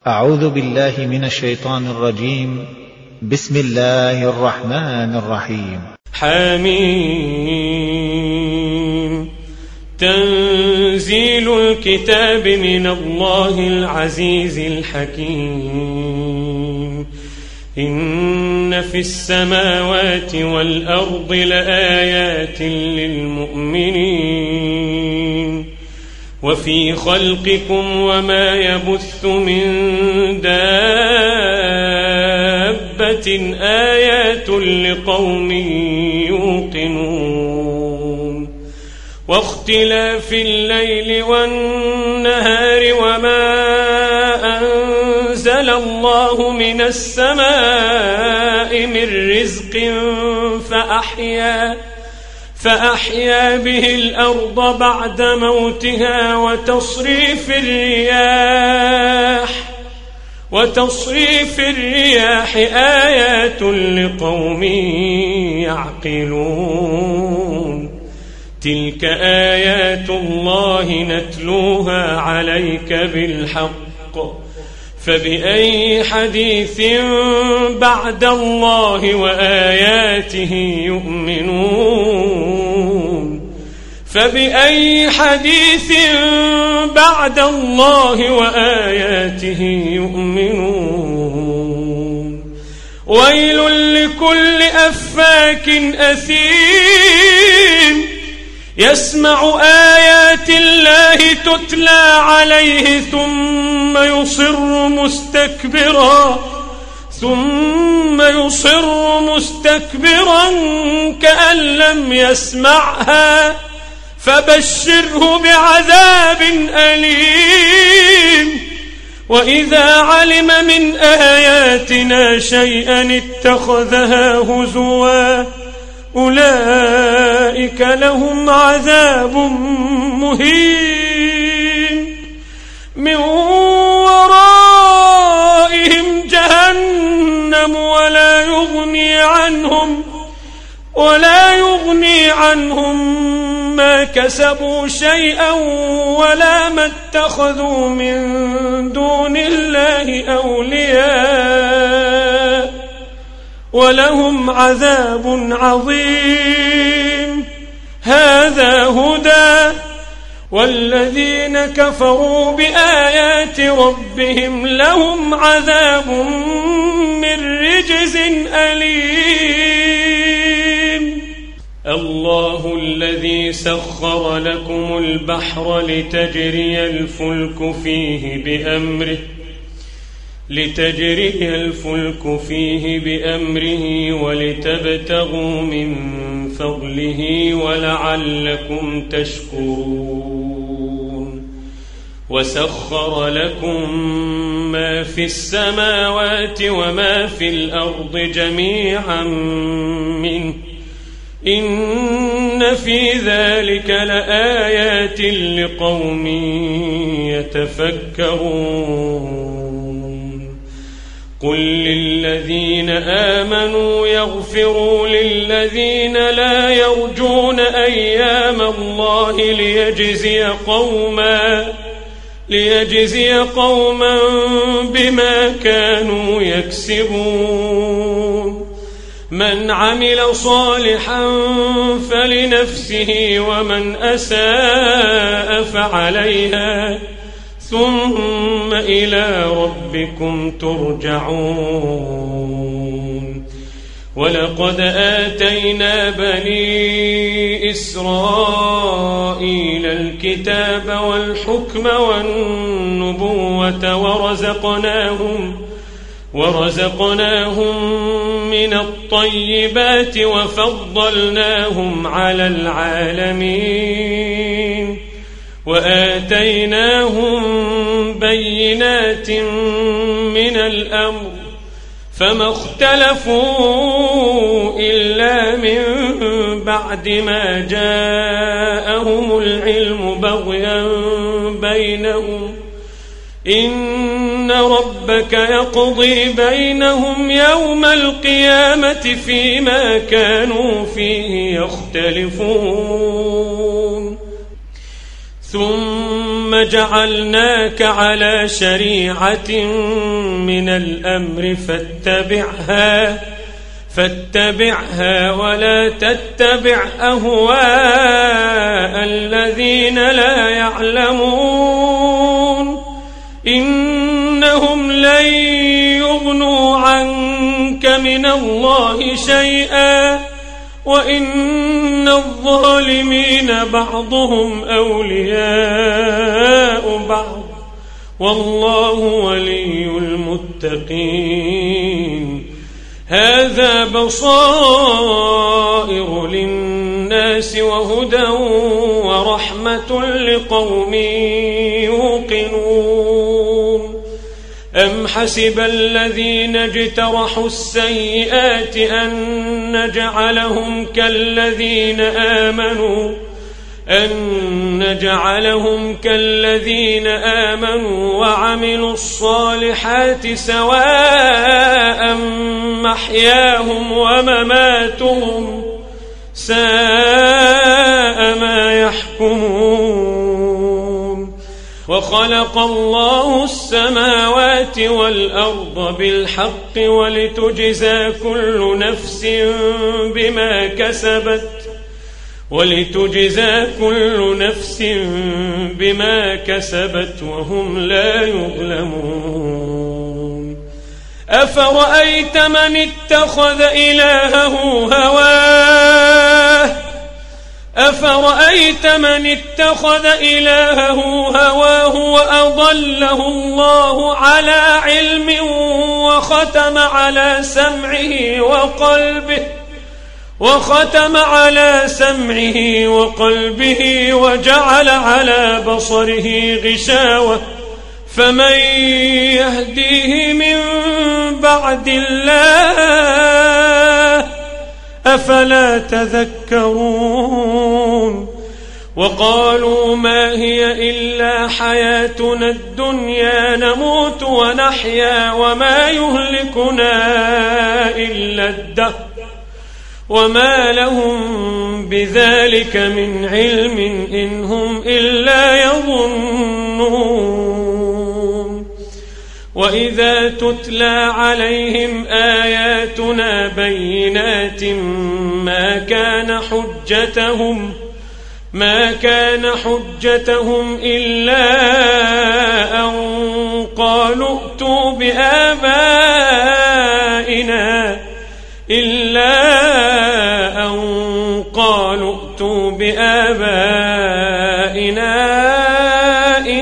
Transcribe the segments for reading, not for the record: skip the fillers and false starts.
أعوذ بالله من الشيطان الرجيم. بسم الله الرحمن الرحيم. حميم. تنزيل الكتاب من الله العزيز الحكيم. إن في السماوات والأرض لآيات للمؤمنين وفي خلقكم وما يبث من دابة آيات لقوم يوقنون واختلاف الليل والنهار وما أنزل الله من السماء من رزق فأحيا به الأرض بعد موتها وتصريف الرياح آيات لقوم يعقلون. تلك آيات الله نتلوها عليك بالحق فبأي حديث بعد الله وآياته يؤمنون فبأي حديث بعد الله وآياته يؤمنون. ويل لكل أفاك أثيم يسمع آيات الله تتلى عليه ثم يصر مستكبرا كأن لم يسمعها فبشره بعذاب أليم. وإذا علم من آياتنا شيئا اتخذها هزوا أولئك لهم عذاب مهين من ورائهم جهنم ولا يغني عنهم ما كسبوا شيئا ولا ما اتخذوا من دون الله أولياء ولهم عذاب عظيم. هذا هدى والذين كفروا بآيات ربهم لهم عذاب من رجز أليم. الله الذي سخر لكم البحر لتجري الفلك فيه بأمره ولتبتغوا من فضله ولعلكم تشكرون. وسخر لكم ما في السماوات وما في الأرض جميعا منه إن في ذلك لآيات لقوم يتفكرون. قل للذين آمنوا يغفروا للذين لا يرجون أيام الله ليجزي قوما بما كانوا يكسبون. من عمل صالحا فلنفسه ومن أساء فعليها ثم إلى ربكم ترجعون. ولقد آتينا بني إسرائيل الكتاب والحكم والنبوة ورزقناهم من الطيبات وفضلناهم على العالمين وآتيناهم بينات من الأمر فما اختلفوا إلا من بعد ما جاءهم العلم بغيا بينهم إن ربك يقضي بينهم يوم القيامة فيما كانوا فيه يختلفون. ثم جعلناك على شريعة من الأمر فاتبعها ولا تتبع أهواء الذين لا يعلمون إنهم لن يغنوا عنك من الله شيئا وإن الظالمين بعضهم أولياء بعض والله ولي المتقين هذا بصائر للناس وهدى ورحمة لقوم يوقنون أم حسب الذين اجترحوا السيئات أن نجعلهم كالذين آمنوا وعملوا الصالحات سواء محياهم ومماتهم ساء ما يحكمون وخلق الله السماوات والأرض بالحق ولتجزى كل نفس بما كسبت وهم لا يظلمون أفرأيت من اتخذ إلهه هواه وأضله الله على علم وختم على سمعه وقلبه وجعل على بصره غشاوة فمن يهديه من بعد الله أفلا تذكرون وقالوا ما هي إلا حياتنا الدنيا نموت ونحيا وما يهلكنا إلا الدهر وما لهم بذلك من علم إن هم إلا يظنون وإذا تتلى عليهم آياتنا بينات ما كان حجتهم إلا أن قالوا ائتوا بآبائنا إن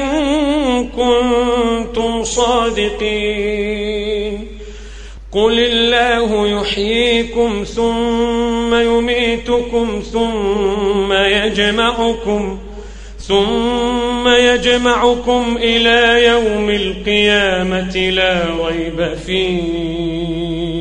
كنتم صادقين قل الله يحييكم ثم يميتكم ثم يجمعكم إلى يوم القيامة لا ريب فيه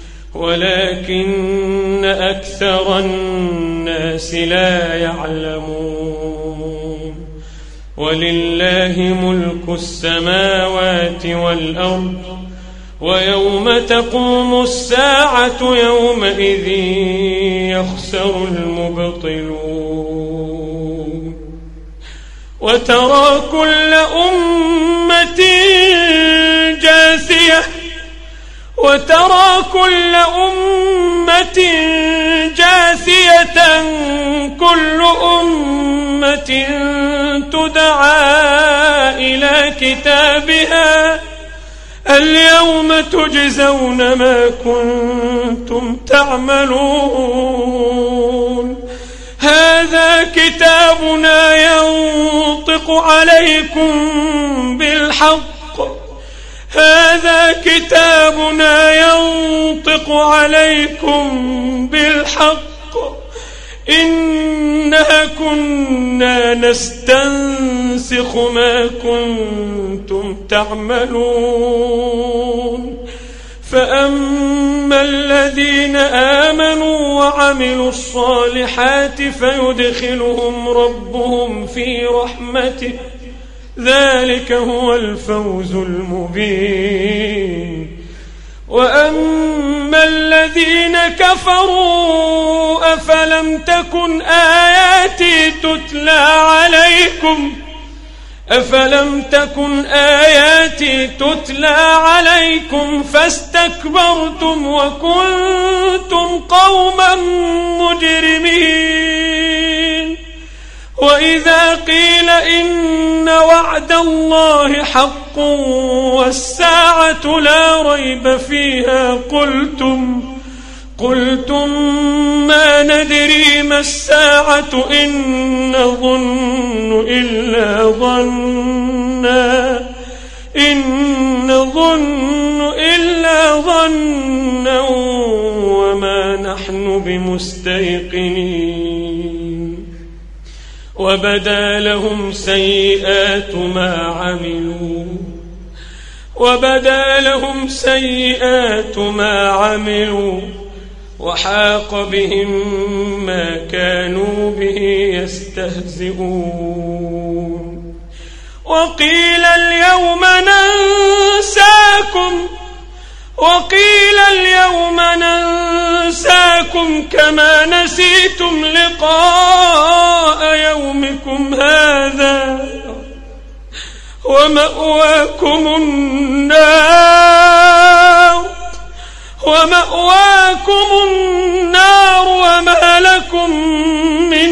ولكن أكثر الناس لا يعلمون ولله ملك السماوات والأرض ويوم تقوم الساعة يومئذ يخسر المبطلون وترى كل أمة جاثية كل أمة تدعى إلى كتابها اليوم تجزون ما كنتم تعملون هذا كتابنا ينطق عليكم بالحق إنا كنا نستنسخ ما كنتم تعملون فأما الذين آمنوا وعملوا الصالحات فيدخلهم ربهم في رحمته ذلك هو الفوز المبين وأما الذين الذين كفروا أفلم تكن آياتي تتلى عليكم فاستكبرتم وكنتم قوما مجرمين. وإذا قيل إن وعد الله حق والساعة لا ريب فيها قلتم ما ندري ما الساعة إن نظن إلا ظنا وما نحن بمستيقنين. وبدا لهم سيئات ما عملوا وحاق بهم ما كانوا به يستهزئون. وقيل اليوم ننساكم كما نسيتم لقاء يومكم هذا ومأواكم النار وما لكم من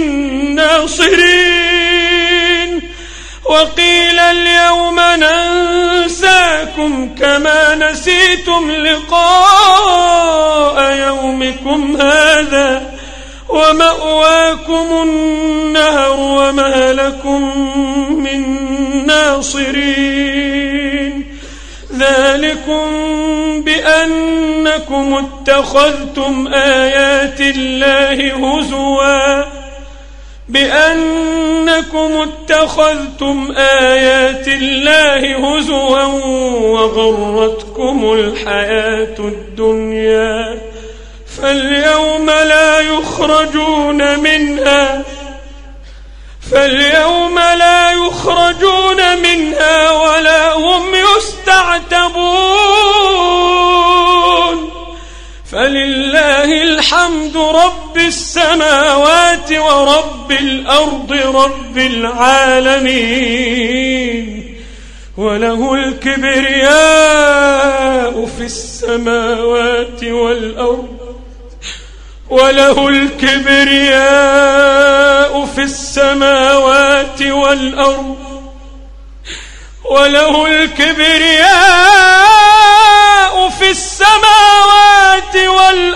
ناصرين. وقيل اليوم ننساكم كما نسيتم لقاء يومكم هذا ومأواكم النار وما لكم من ناصرين. ذلكم بأنكم اتخذتم آيات الله هزوا وغرتكم الحياة الدنيا فاليوم لا يخرجون منها ولا هم يستعتبون. فلله الحمد رب السماوات ورب الأرض رب العالمين وله الكبرياء في السماوات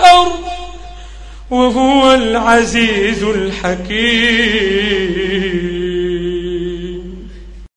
والأرض وهو العزيز الحكيم.